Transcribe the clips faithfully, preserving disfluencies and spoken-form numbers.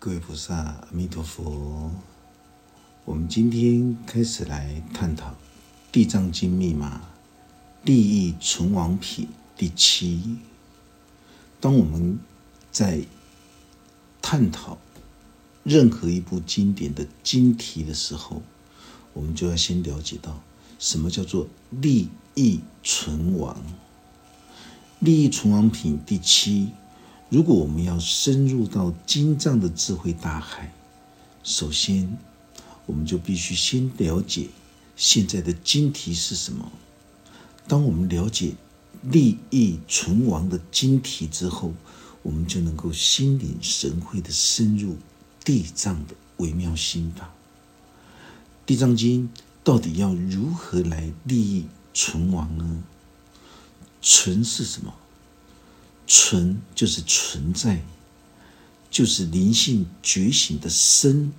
各位菩萨，阿弥陀佛。我们今天开始来探讨《地藏经》密码利益存亡品第七。当我们在探讨任何一部经典的经题的时候，我们就要先了解到什么叫做利益存亡。利益存亡品第七，如果我们要深入到经藏的智慧大海，首先我们就必须先了解现在的经题是什么。当我们了解利益存亡的经题之后，我们就能够心领神会的深入地藏的微妙心法。地藏经到底要如何来利益存亡呢？存是什么？存就是存在，就是灵性觉醒的生；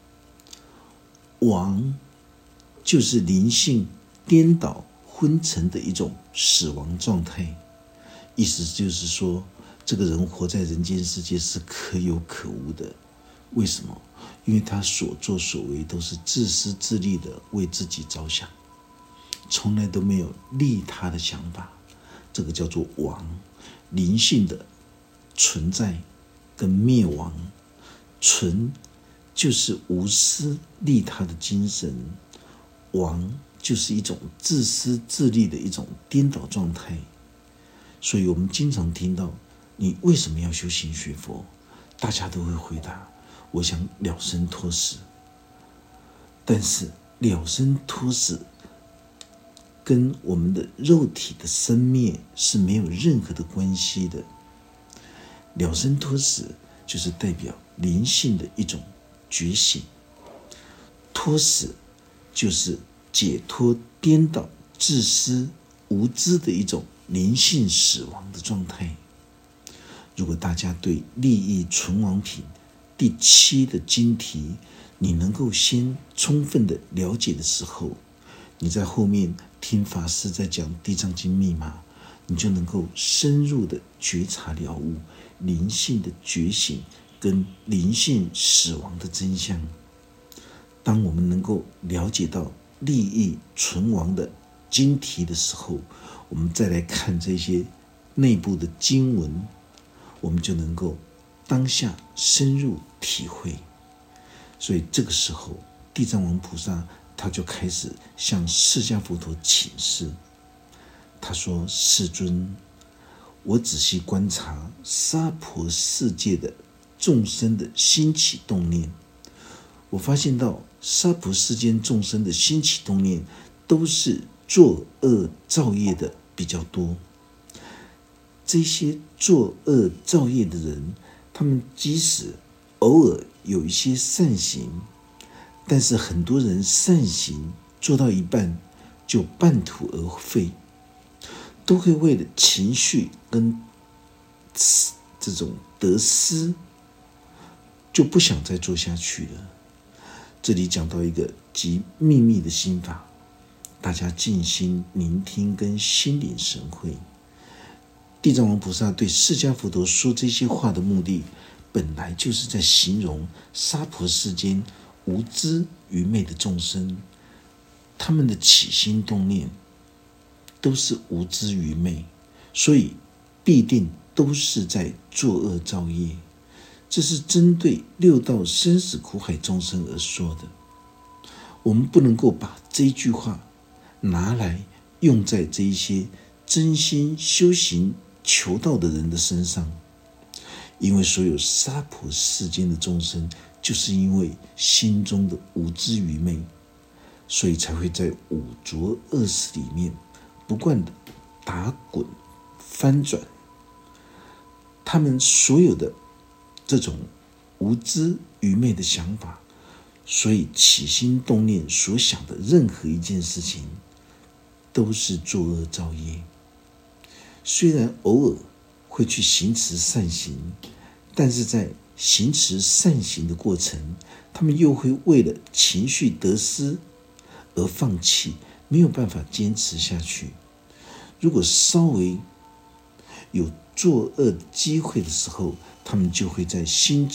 亡就是灵性颠倒昏沉的一种死亡状态。意思就是说，这个人活在人间世界是可有可无的。为什么？因为他所作所为都是自私自利的，为自己着想，从来都没有利他的想法。这个叫做亡，灵性的存在跟灭亡。存就是无私利他的精神，亡就是一种自私自利的一种颠倒状态。所以我们经常听到，你为什么要修行学佛？大家都会回答，我想了生脱死。但是了生脱死跟我们的肉体的生灭是没有任何的关系的。了生脱死就是代表灵性的一种觉醒，脱死就是解脱颠倒自私无知的一种灵性死亡的状态。如果大家对利益存亡品第七的经题你能够先充分的了解的时候，你在后面听法师在讲地藏经密码，你就能够深入的觉察了悟灵性的觉醒跟灵性死亡的真相。当我们能够了解到利益存亡的经题的时候，我们再来看这些内部的经文，我们就能够当下深入体会。所以这个时候地藏王菩萨他就开始向释迦佛陀请示。他说，世尊，我仔细观察娑婆世界的众生的心起动念，我发现到娑婆世间众生的心起动念都是作恶造业的比较多。这些作恶造业的人，他们即使偶尔有一些善行，但是很多人善行做到一半就半途而废，都会为了情绪跟这种得失就不想再做下去了。这里讲到一个极秘密的心法，大家静心聆听跟心领神会。地藏王菩萨对释迦佛陀说这些话的目的，本来就是在形容娑婆世间无知愚昧的众生，他们的起心动念都是无知愚昧，所以必定都是在作恶造业。这是针对六道生死苦海众生而说的。我们不能够把这一句话拿来用在这一些真心修行求道的人的身上，因为所有娑婆世间的众生就是因为心中的无知愚昧，所以才会在五浊恶世里面不断的打滚翻转。他们所有的这种无知愚昧的想法，所以起心动念所想的任何一件事情都是作恶造业。虽然偶尔会去行持善行，但是在行持善行的过程，他们又会为了情绪得失而放弃，没有办法坚持下去。如果稍微有作恶机会的时候，他们就会在兴起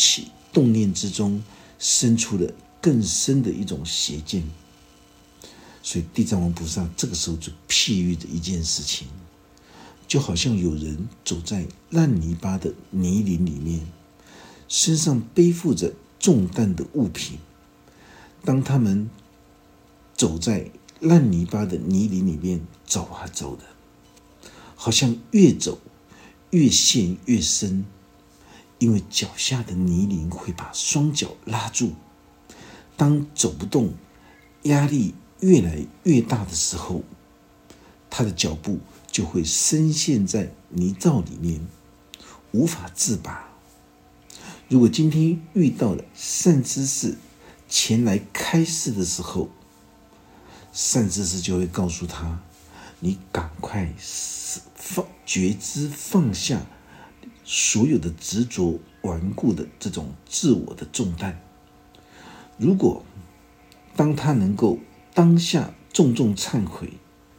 动念之中生出了更深的一种邪见。所以地藏王菩萨这个时候就譬喻的一件事情，就好像有人走在烂泥巴的泥泞里面，身上背负着重担的物品，当他们走在烂泥巴的泥泞里面走啊走的，好像越走越陷越深，因为脚下的泥泞会把双脚拉住，当走不动，压力越来越大的时候，他的脚步就会深陷在泥沼里面，无法自拔。如果今天遇到了善知识前来开示的时候，善知识就会告诉他，你赶快放觉知放下所有的执着顽固的这种自我的重担。如果当他能够当下重重忏悔，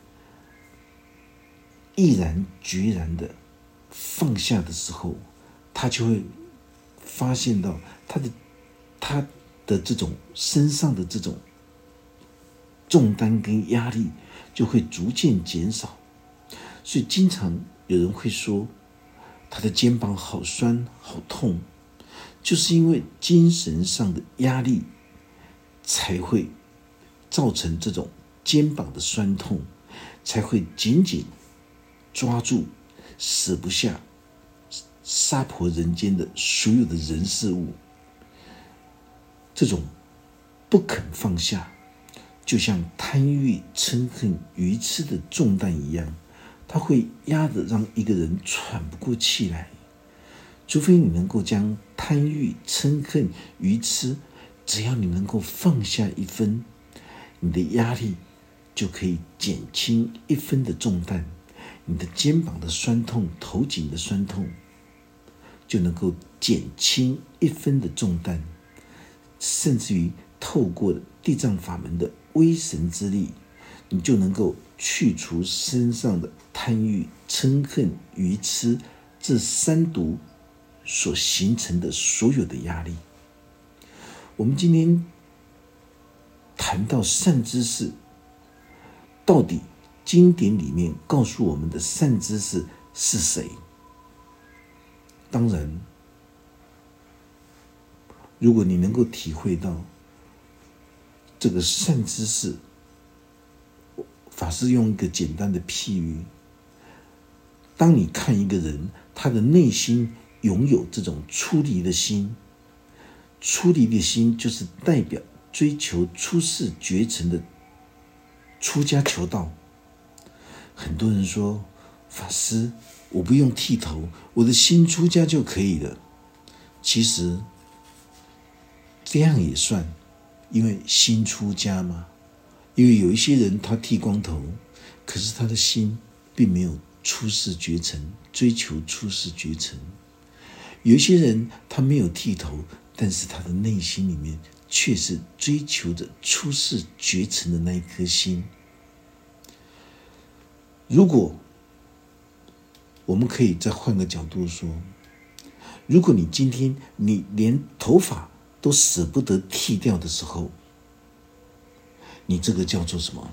毅然决然的放下的时候，他就会发现到他的他的这种身上的这种重担跟压力就会逐渐减少。所以经常有人会说他的肩膀好酸好痛，就是因为精神上的压力才会造成这种肩膀的酸痛，才会紧紧抓住舍不下娑婆人间的所有的人事物。这种不肯放下，就像贪欲嗔恨愚痴的重担一样，它会压得让一个人喘不过气来。除非你能够将贪欲嗔恨愚痴，只要你能够放下一分，你的压力就可以减轻一分的重担，你的肩膀的酸痛，头颈的酸痛就能够减轻一分的重担，甚至于透过地藏法门的威神之力，你就能够去除身上的贪欲嗔恨愚痴这三毒所形成的所有的压力。我们今天谈到善知识，到底经典里面告诉我们的善知识是谁？当然，如果你能够体会到这个善知识，法师用一个简单的譬喻，当你看一个人，他的内心拥有这种出离的心，出离的心就是代表追求出世绝尘的出家求道。很多人说，法师，我不用剃头，我的心出家就可以了。其实这样也算，因为心出家嘛。因为有一些人他剃光头，可是他的心并没有出世绝尘，追求出世绝尘。有一些人他没有剃头，但是他的内心里面却是追求着出世绝尘的那一颗心。如果我们可以再换个角度说，如果你今天你连头发都舍不得剃掉的时候，你这个叫做什么？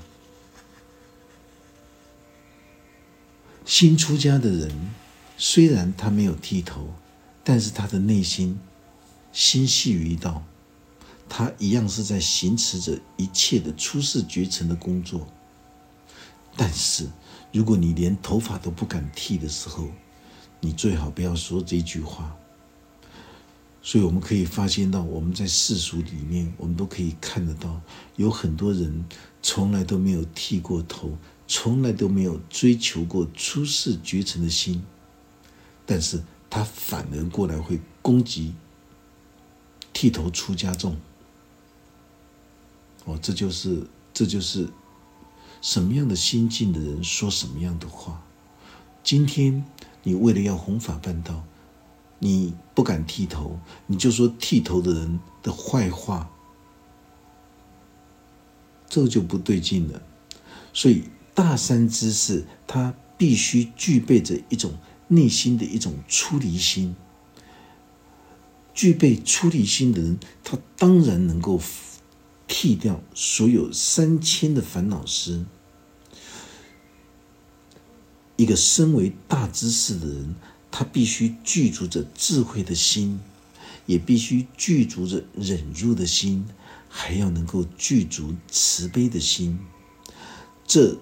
新出家的人，虽然他没有剃头，但是他的内心心系于道，他一样是在行持着一切的出世绝尘的工作。但是如果你连头发都不敢剃的时候，你最好不要说这句话。所以我们可以发现到，我们在世俗里面，我们都可以看得到，有很多人从来都没有剃过头，从来都没有追求过出世绝尘的心，但是他反而过来会攻击剃头出家众。哦，这就是这就是什么样的心境的人说什么样的话。今天你为了要弘法办道，你不敢剃头，你就说剃头的人的坏话，这就不对劲了。所以大善知识他必须具备着一种内心的一种出离心。 具备出离心的人，他当然能够剃掉所有三千的烦恼丝。一个身为大知识的人，他必须具足着智慧的心，也必须具足着忍辱的心，还要能够具足慈悲的心。这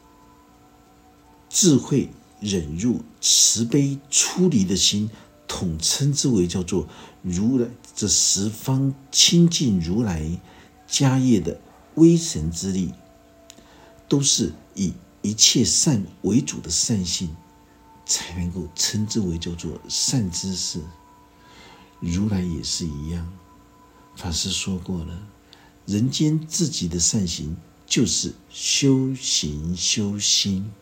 智慧、忍辱、慈悲、出离的心，统称之为叫做如来，这十方清净如来迦叶的威神之力，都是以一切善为主的善性，才能够称之为叫做善知识。如来也是一样，法师说过了，人间自己的善行就是修行修心。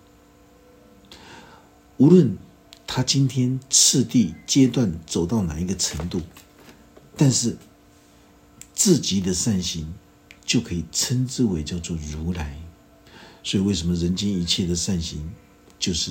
无论他今天次第阶段走到哪一个程度，但是自己的善行就可以称之为叫做如来。所以为什么人间一切的善行就是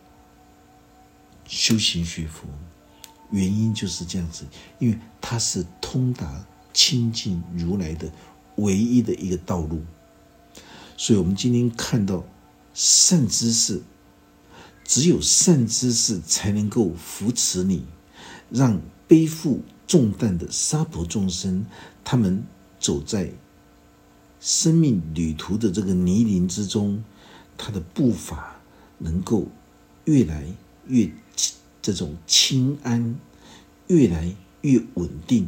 修行学佛？原因就是这样子，因为它是通达亲近如来的唯一的一个道路。所以我们今天看到善知识，只有善知识才能够扶持你，让背负重担的娑婆众生，他们走在生命旅途的这个泥泞之中，他的步伐能够越来越这种轻安，越来越稳定，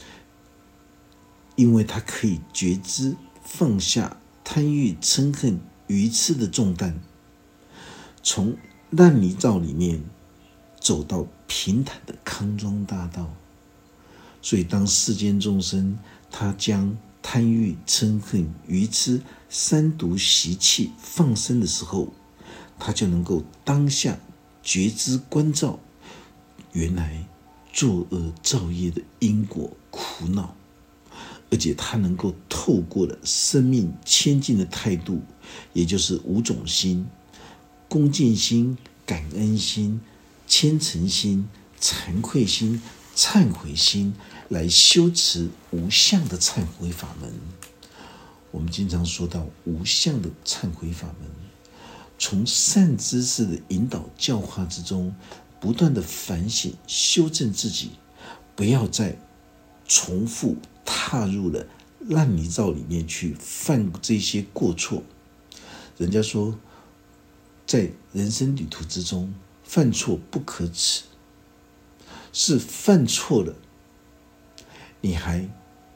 因为他可以觉知放下贪欲嗔恨愚痴的重担，从烂泥沼里面走到平坦的康庄大道。所以当世间众生他将贪欲嗔恨愚痴三毒习气放生的时候，他就能够当下觉知关照原来作恶造业的因果苦恼，而且他能够透过了生命谦敬的态度，也就是五种心：恭敬心、感恩心、虔诚心、惭愧心、忏悔心，来修持无相的忏悔法门。我们经常说到无相的忏悔法门，从善知识的引导教化之中，不断的反省修正自己，不要再重复踏入了烂泥沼里面去犯这些过错。人家说在人生旅途之中，犯错不可耻，是犯错了你还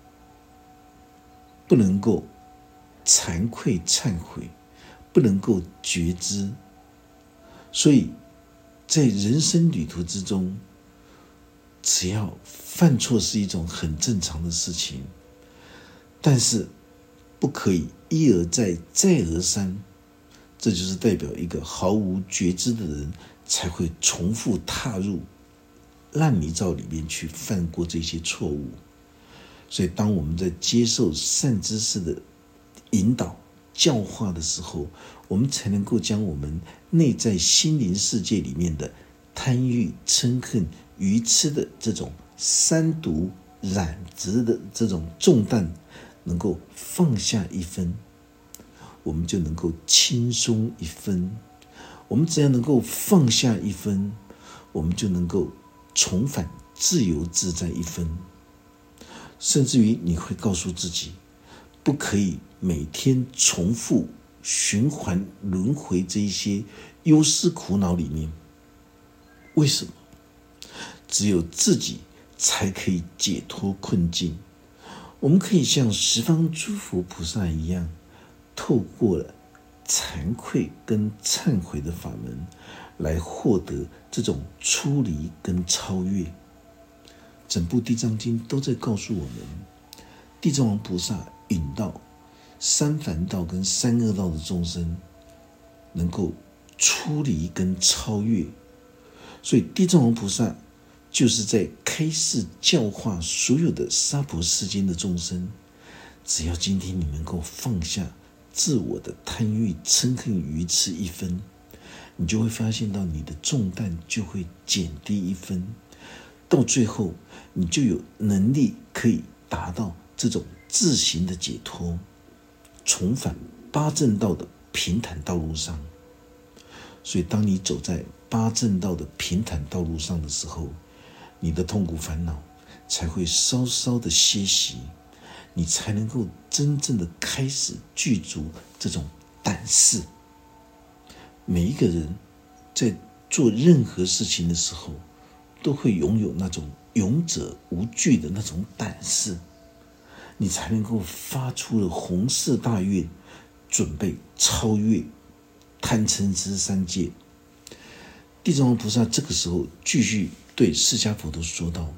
不能够惭愧忏悔，不能够觉知。所以在人生旅途之中，只要犯错是一种很正常的事情，但是不可以一而再再而三，这就是代表一个毫无觉知的人才会重复踏入烂泥沼里面去犯过这些错误。所以当我们在接受善知识的引导教化的时候，我们才能够将我们内在心灵世界里面的贪欲嗔恨愚痴的这种三毒染执的这种重担能够放下一分，我们就能够轻松一分。我们只要能够放下一分，我们就能够重返自由自在一分。甚至于你会告诉自己，不可以每天重复循环轮回这一些忧思苦恼里面。为什么？只有自己才可以解脱困境。我们可以像十方诸佛菩萨一样，透过了惭愧跟忏悔的法门，来获得这种出离跟超越。整部地藏经都在告诉我们，地藏王菩萨引导三凡道跟三恶道的众生能够出离跟超越。所以地藏王菩萨就是在开示教化所有的娑婆世间的众生，只要今天你能够放下自我的贪欲嗔恨愚痴一分，你就会发现到你的重担就会减低一分，到最后你就有能力可以达到这种自行的解脱，重返八正道的平坦道路上。所以当你走在八正道的平坦道路上的时候，你的痛苦烦恼才会稍稍的歇息，你才能够真正的开始具足这种胆识。每一个人在做任何事情的时候，都会拥有那种勇者无惧的那种胆识，你才能够发出了弘誓大愿，准备超越贪嗔痴三界。地藏王菩萨这个时候继续对释迦佛陀说道：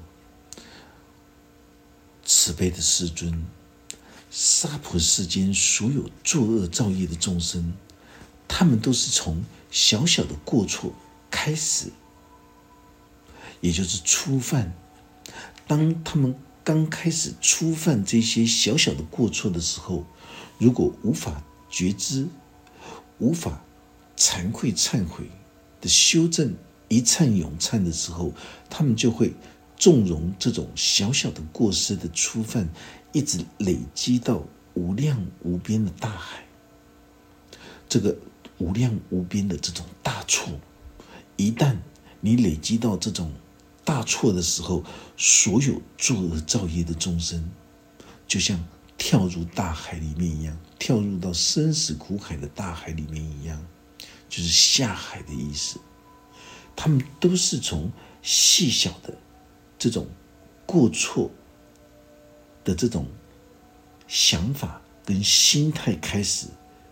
慈悲的世尊，娑婆世间所有作恶造业的众生，他们都是从小小的过错开始，也就是初犯。当他们刚开始初犯这些小小的过错的时候，如果无法觉知，无法惭愧忏悔的修正，一忏永忏的时候，他们就会纵容这种小小的过失的初犯，一直累积到无量无边的大海。这个无量无边的这种大错，一旦你累积到这种大错的时候，所有作恶造业的众生就像跳入大海里面一样，跳入到生死苦海的大海里面一样，就是下海的意思。他们都是从细小的这种过错的这种想法跟心态开始，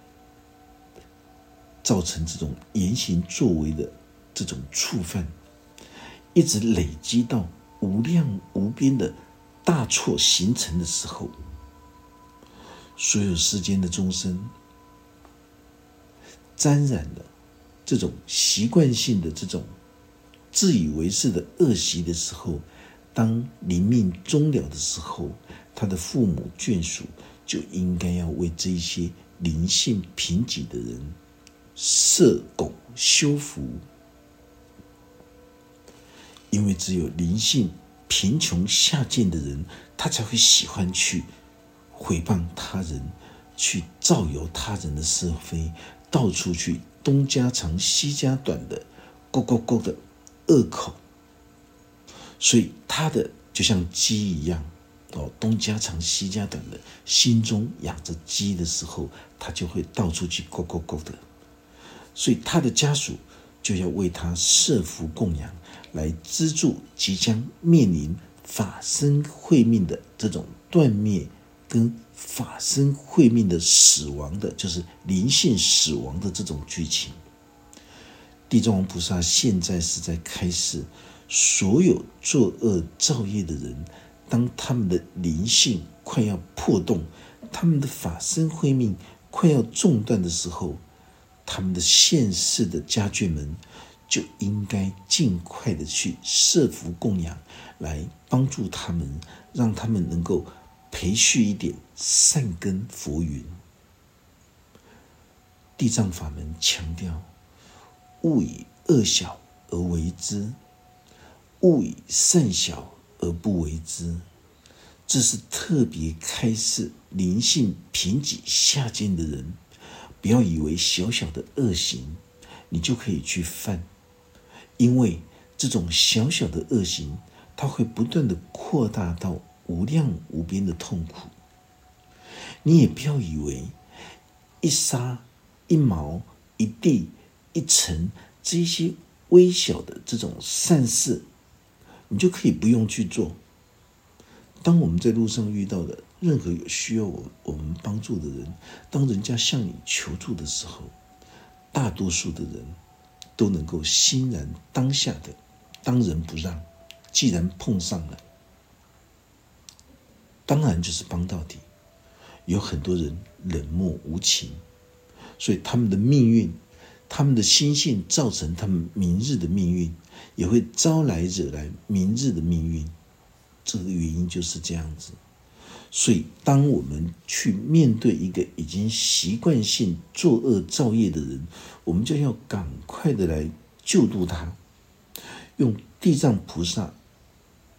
造成这种言行作为的这种触犯，一直累积到无量无边的大错形成的时候，所有世间的众生沾染了这种习惯性的这种自以为是的恶习的时候，当临命终了的时候，他的父母眷属就应该要为这一些灵性贫瘠的人设拱修福，因为只有灵性贫穷下贱的人，他才会喜欢去毁谤他人，去造谣他人的是非，到处去东家长西家短的勾勾勾的恶口。所以他的就像鸡一样，哦，东家长西家短的，心中养着鸡的时候，他就会到处去勾勾勾的。所以他的家属就要为他设福供养，来资助即将面临法身慧命的这种断灭跟法身慧命的死亡的，就是灵性死亡的这种剧情。地藏王菩萨现在是在开示所有作恶造业的人，当他们的灵性快要破洞，他们的法身慧命快要中断的时候，他们的现世的家眷们就应该尽快的去设福供养，来帮助他们，让他们能够培蓄一点善根佛缘。地藏法门强调，勿以恶小而为之，勿以善小而不为之。这是特别开示灵性贫瘠下贱的人，不要以为小小的恶行你就可以去犯，因为这种小小的恶行，它会不断的扩大到无量无边的痛苦。你也不要以为一沙一毛一地一尘这些微小的这种善事，你就可以不用去做。当我们在路上遇到的任何有需要我我们帮助的人，当人家向你求助的时候，大多数的人都能够欣然当下的当仁不让。既然碰上了，当然就是帮到底。有很多人冷漠无情，所以他们的命运，他们的心性造成他们明日的命运，也会招来惹来明日的命运。这个原因就是这样子。所以当我们去面对一个已经习惯性作恶造业的人，我们就要赶快的来救度他，用地藏菩萨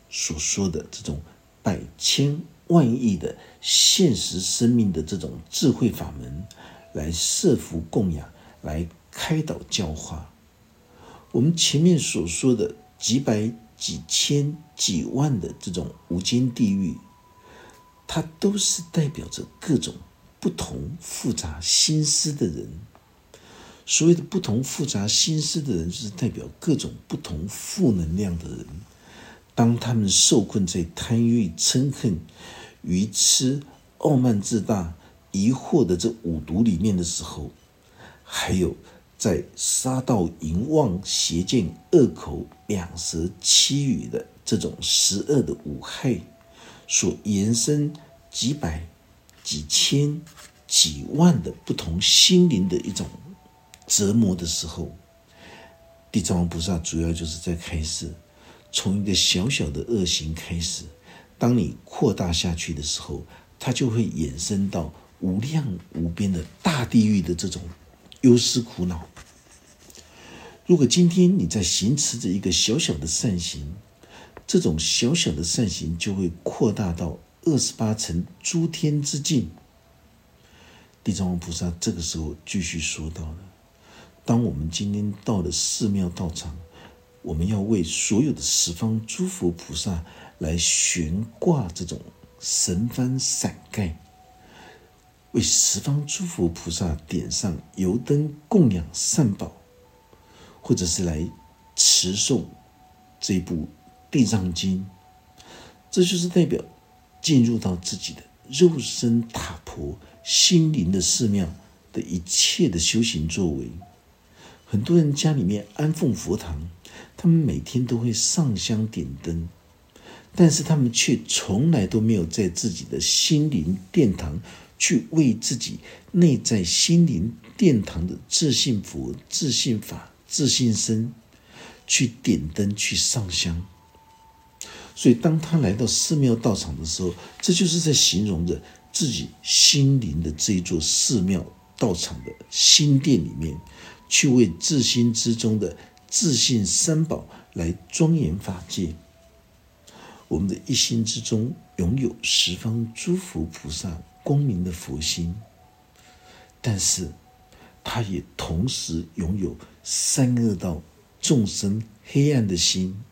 所说的这种百千万亿的现实生命的这种智慧法门，来设伏供养，来开导教化。我们前面所说的几百、几千、几万的这种无间地狱，它都是代表着各种不同复杂心思的人。所谓的不同复杂心思的人，就是代表各种不同负能量的人。当他们受困在贪欲、嗔恨、愚痴、傲慢自大、疑惑的这五毒里面的时候，还有在杀盗淫妄邪见恶口两舌七语的这种十恶的五害所延伸几百、几千、几万的不同心灵的一种折磨的时候，地藏王菩萨主要就是在开示，从一个小小的恶行开始，当你扩大下去的时候，它就会衍生到无量无边的大地狱的这种忧思苦恼。如果今天你在行持着一个小小的善行，这种小小的善行就会扩大到二十八层诸天之境。地藏王菩萨这个时候继续说到了，当我们今天到了寺庙道场，我们要为所有的十方诸佛菩萨来悬挂这种神幡伞盖，为十方诸佛菩萨点上油灯供养善宝，或者是来持诵这部地藏经，这就是代表进入到自己的肉身塔婆心灵的寺庙的一切的修行作为。很多人家里面安奉佛堂，他们每天都会上香点灯，但是他们却从来都没有在自己的心灵殿堂去为自己内在心灵殿堂的自信佛、自信法、自信身去点灯、去上香。所以当他来到寺庙道场的时候，这就是在形容着自己心灵的这一座寺庙道场的心殿里面，去为自心之中的自信三宝来庄严法界。我们的一心之中拥有十方诸佛菩萨光明的佛心，但是他也同时拥有三恶道众生黑暗的心。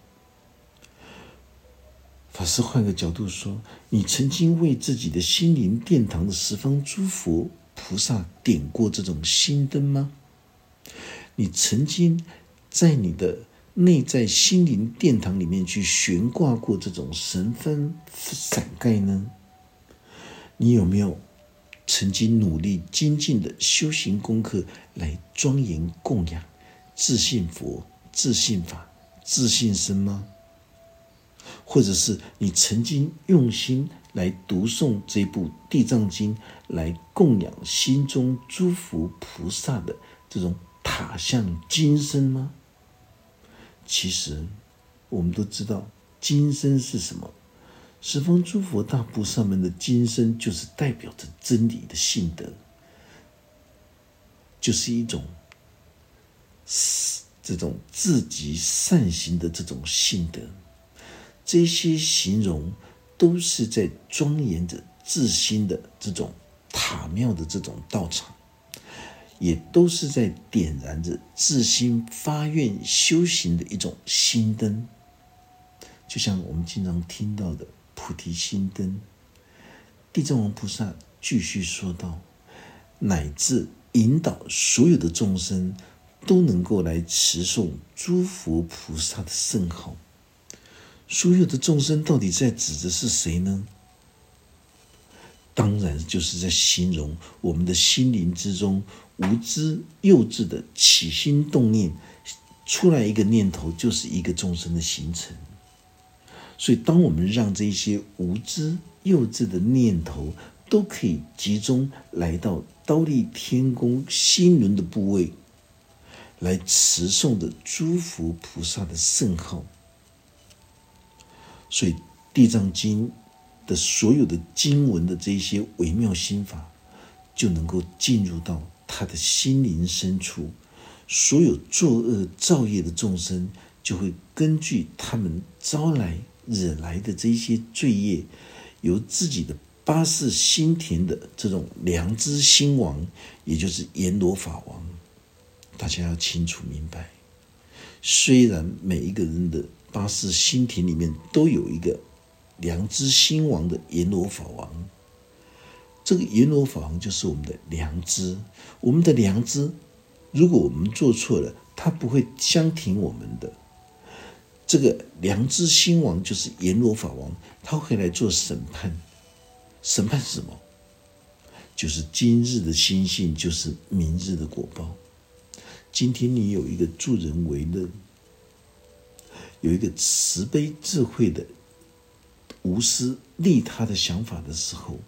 法师换个角度说，你曾经为自己的心灵殿堂的十方诸佛菩萨点过这种心灯吗？你曾经在你的内在心灵殿堂里面去悬挂过这种神幡伞盖呢？你有没有曾经努力精进的修行功课来庄严供养自信佛、自信法、自信身吗？或者是你曾经用心来读诵这部地藏经，来供养心中诸佛菩萨的这种塔像金身吗？其实我们都知道金身是什么，十方诸佛大菩萨们的金身就是代表着真理的性德，就是一种这种自己善行的这种性德。这些形容都是在庄严着自心的这种塔庙的这种道场，也都是在点燃着自心发愿修行的一种心灯。就像我们经常听到的菩提心灯。地藏王菩萨继续说道，乃至引导所有的众生都能够来持诵诸佛菩萨的圣号。所有的众生到底在指的是谁呢？当然就是在形容我们的心灵之中无知幼稚的起心动念，出来一个念头就是一个众生的形成。所以当我们让这些无知幼稚的念头都可以集中来到忉利天宫心轮的部位，来持诵的诸佛菩萨的圣号，所以地藏经的所有的经文的这一些微妙心法，就能够进入到他的心灵深处。所有作恶造业的众生，就会根据他们招来惹来的这些罪业，由自己的八世心田的这种良知兴王，也就是阎罗法王。大家要清楚明白，虽然每一个人的八世心田里面都有一个良知兴王的阎罗法王，这个阎罗法王就是我们的良知。我们的良知，如果我们做错了，他不会相挺我们的。这个良知兴王就是阎罗法王，他会来做审判。审判是什么？就是今日的心性，就是明日的果报。今天你有一个助人为乐，有一个慈悲智慧的无私利他的想法的时候，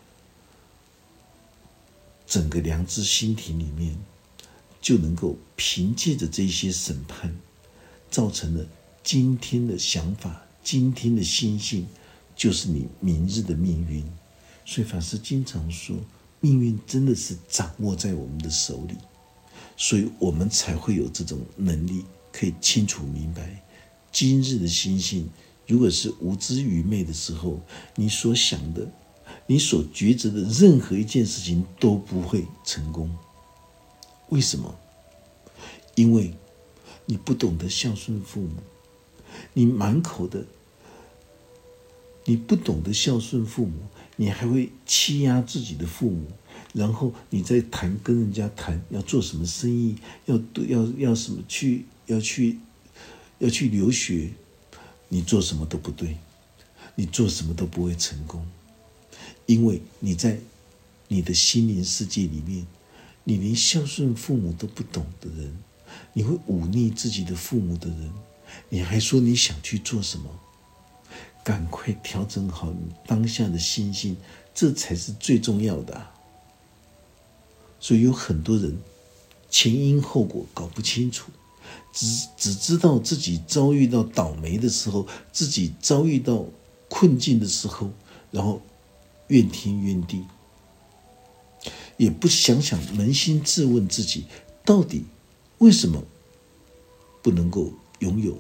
整个良知心田里面就能够凭借着这些审判，造成了今天的想法，今天的心性，就是你明日的命运。所以法师经常说，命运真的是掌握在我们的手里，所以我们才会有这种能力，可以清楚明白今日的心性。如果是无知愚昧的时候，你所想的，你所抉择的任何一件事情都不会成功。为什么？因为你不懂得孝顺父母，你满口的，你不懂得孝顺父母，你还会欺压自己的父母，然后你再谈跟人家谈要做什么生意，要要要什么去要去要去留学，你做什么都不对，你做什么都不会成功，因为你在你的心灵世界里面，你连孝顺父母都不懂的人，你会忤逆自己的父母的人，你还说你想去做什么？赶快调整好你当下的心性，这才是最重要的啊。所以有很多人前因后果搞不清楚，只只知道自己遭遇到倒霉的时候，自己遭遇到困境的时候，然后怨天怨地，也不想想扪心自问自己，到底为什么不能够拥有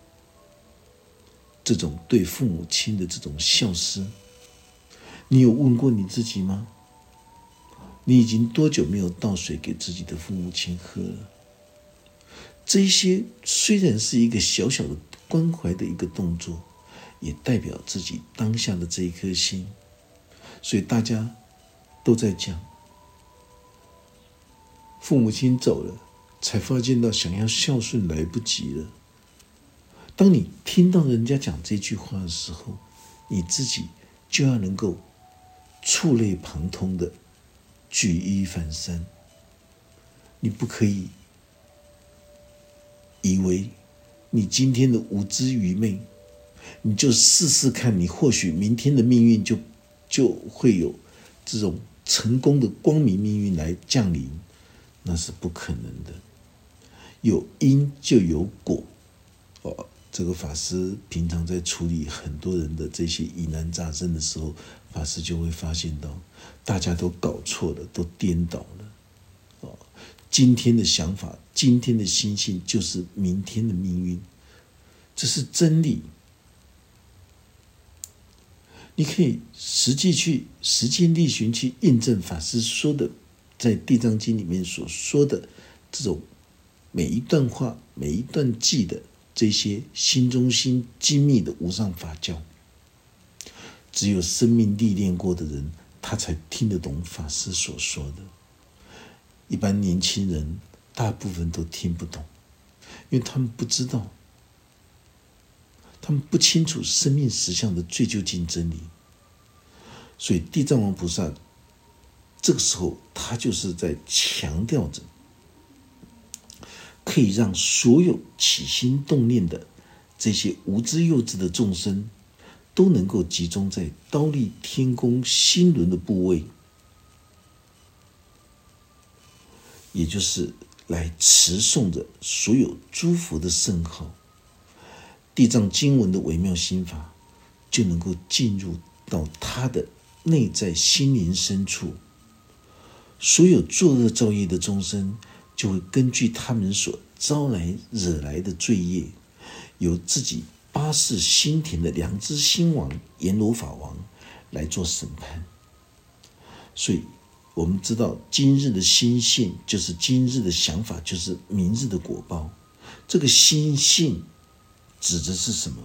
这种对父母亲的这种孝思？你有问过你自己吗？你已经多久没有倒水给自己的父母亲喝了？这一些虽然是一个小小的关怀的一个动作，也代表自己当下的这一颗心。所以大家都在讲，父母亲走了，才发现到想要孝顺来不及了。当你听到人家讲这句话的时候，你自己就要能够触类旁通的举一反三。你不可以以为你今天的无知愚昧，你就试试看，你或许明天的命运就就会有这种成功的光明命运来降临，那是不可能的。有因就有果。哦，这个法师平常在处理很多人的这些疑难杂症的时候，法师就会发现到大家都搞错了，都颠倒了。哦，今天的想法，今天的心性就是明天的命运，这是真理。你可以实际去实践力行，去印证法师说的，在《地藏经》里面所说的这种每一段话、每一段记的这些心中心精密的无上法教。只有生命历练过的人，他才听得懂法师所说的。一般年轻人大部分都听不懂，因为他们不知道，他们不清楚生命实相的最究竟真理。所以地藏王菩萨这个时候他就是在强调着，可以让所有起心动念的这些无知幼稚的众生都能够集中在忉利天宫心轮的部位，也就是来持诵着所有诸佛的圣号，地藏经文的微妙心法就能够进入到他的内在心灵深处。所有作恶造业的众生就会根据他们所招来惹来的罪业，由自己八世心田的良知心王阎罗法王来做审判。所以我们知道今日的心性就是今日的想法，就是明日的果报。这个心性指的是什么？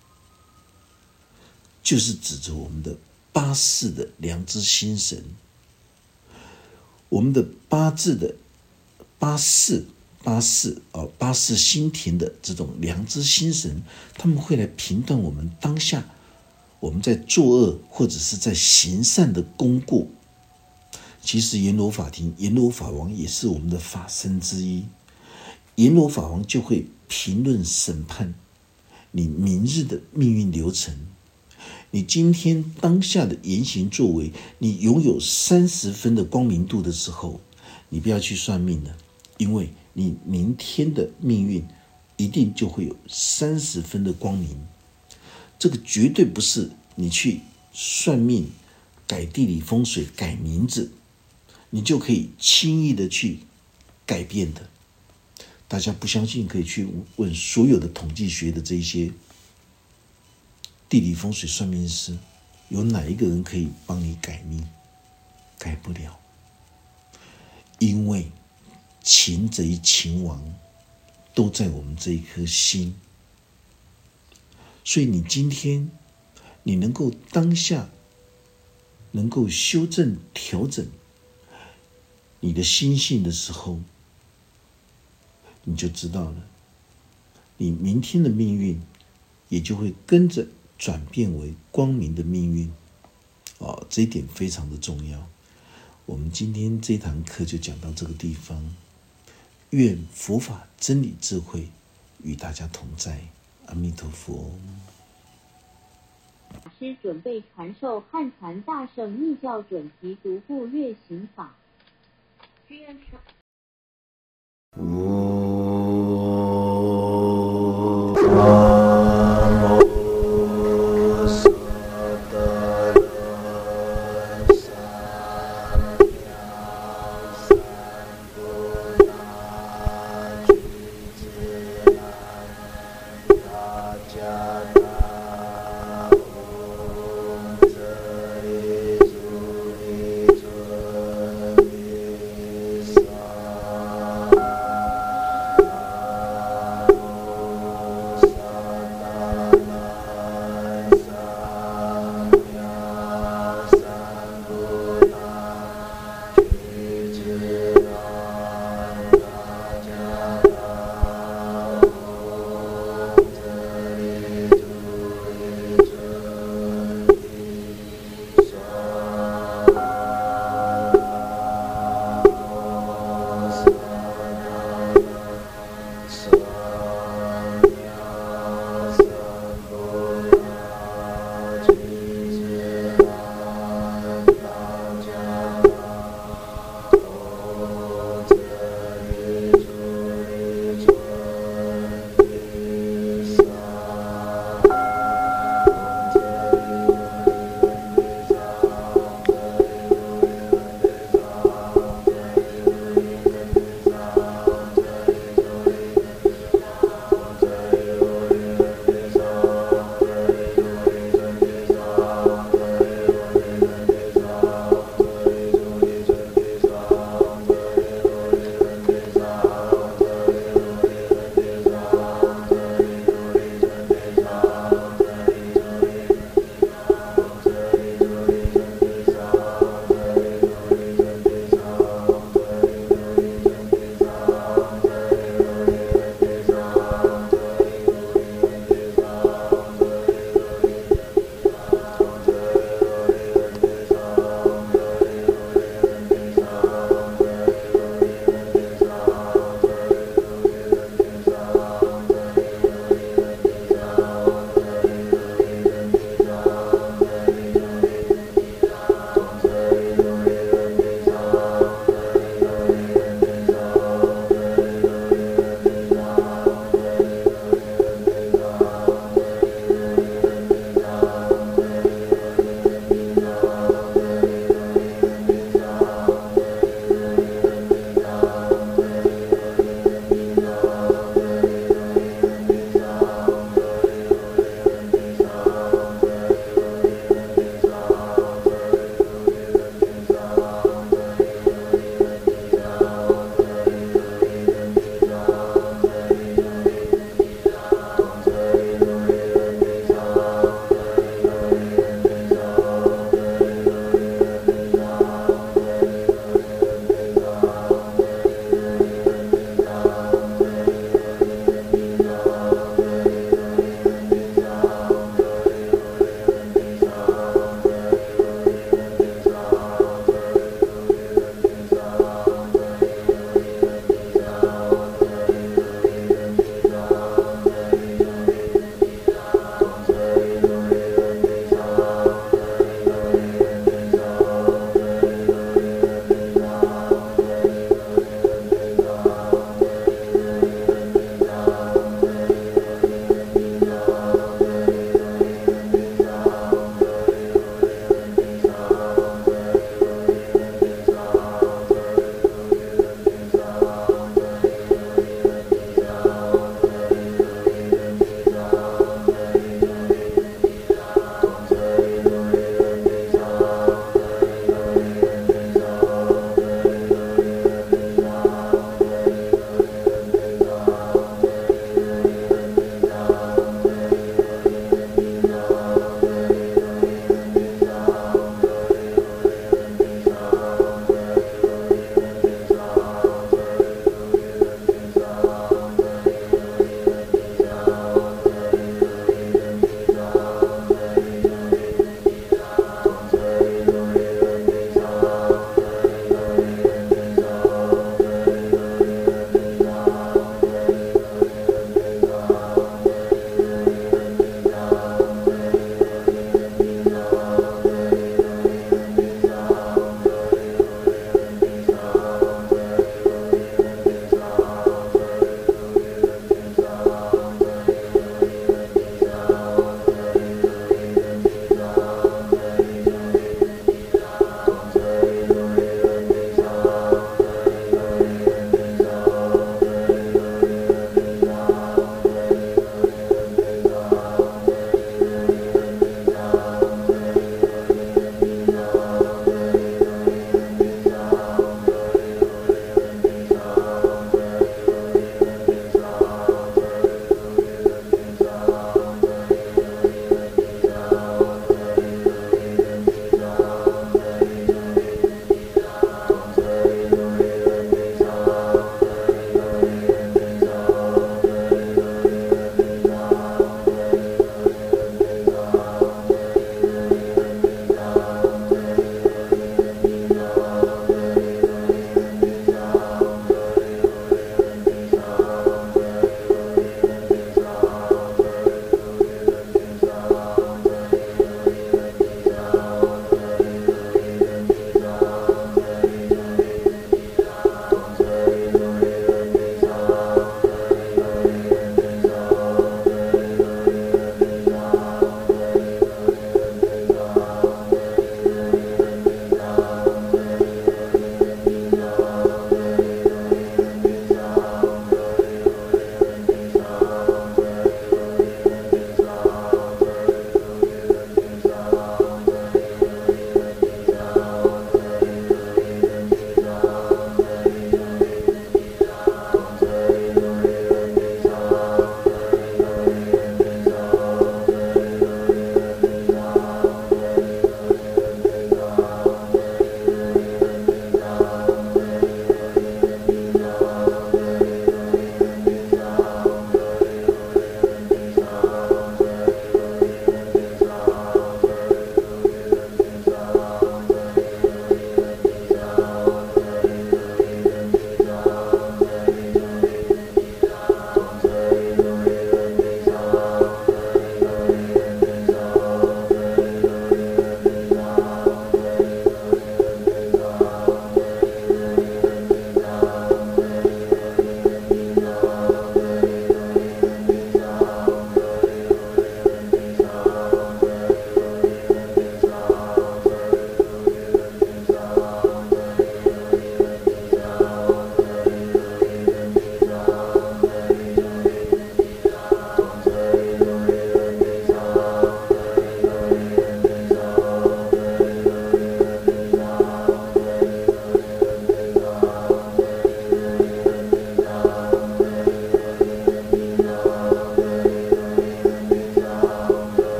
就是指着我们的八世的良知心神，我们的八字的八世八世哦，八世心田的这种良知心神，他们会来评断我们当下我们在作恶或者是在行善的功过。其实阎罗法庭、阎罗法王也是我们的法身之一，阎罗法王就会评论审判你明日的命运流程。你今天当下的言行作为，你拥有三十分的光明度的时候，你不要去算命了，因为你明天的命运一定就会有三十分的光明。这个绝对不是你去算命、改地理风水、改名字，你就可以轻易的去改变的。大家不相信，可以去问所有的统计学的这些地理风水算命师，有哪一个人可以帮你改命？改不了，因为擒贼擒王都在我们这一颗心。所以你今天你能够当下能够修正调整你的心性的时候，你就知道了，你明天的命运也就会跟着转变为光明的命运。哦，这一点非常的重要。我们今天这堂课就讲到这个地方，愿佛法真理智慧与大家同在，阿弥陀佛。 法师准备传授汉传大乘密教准提独步月行法。 我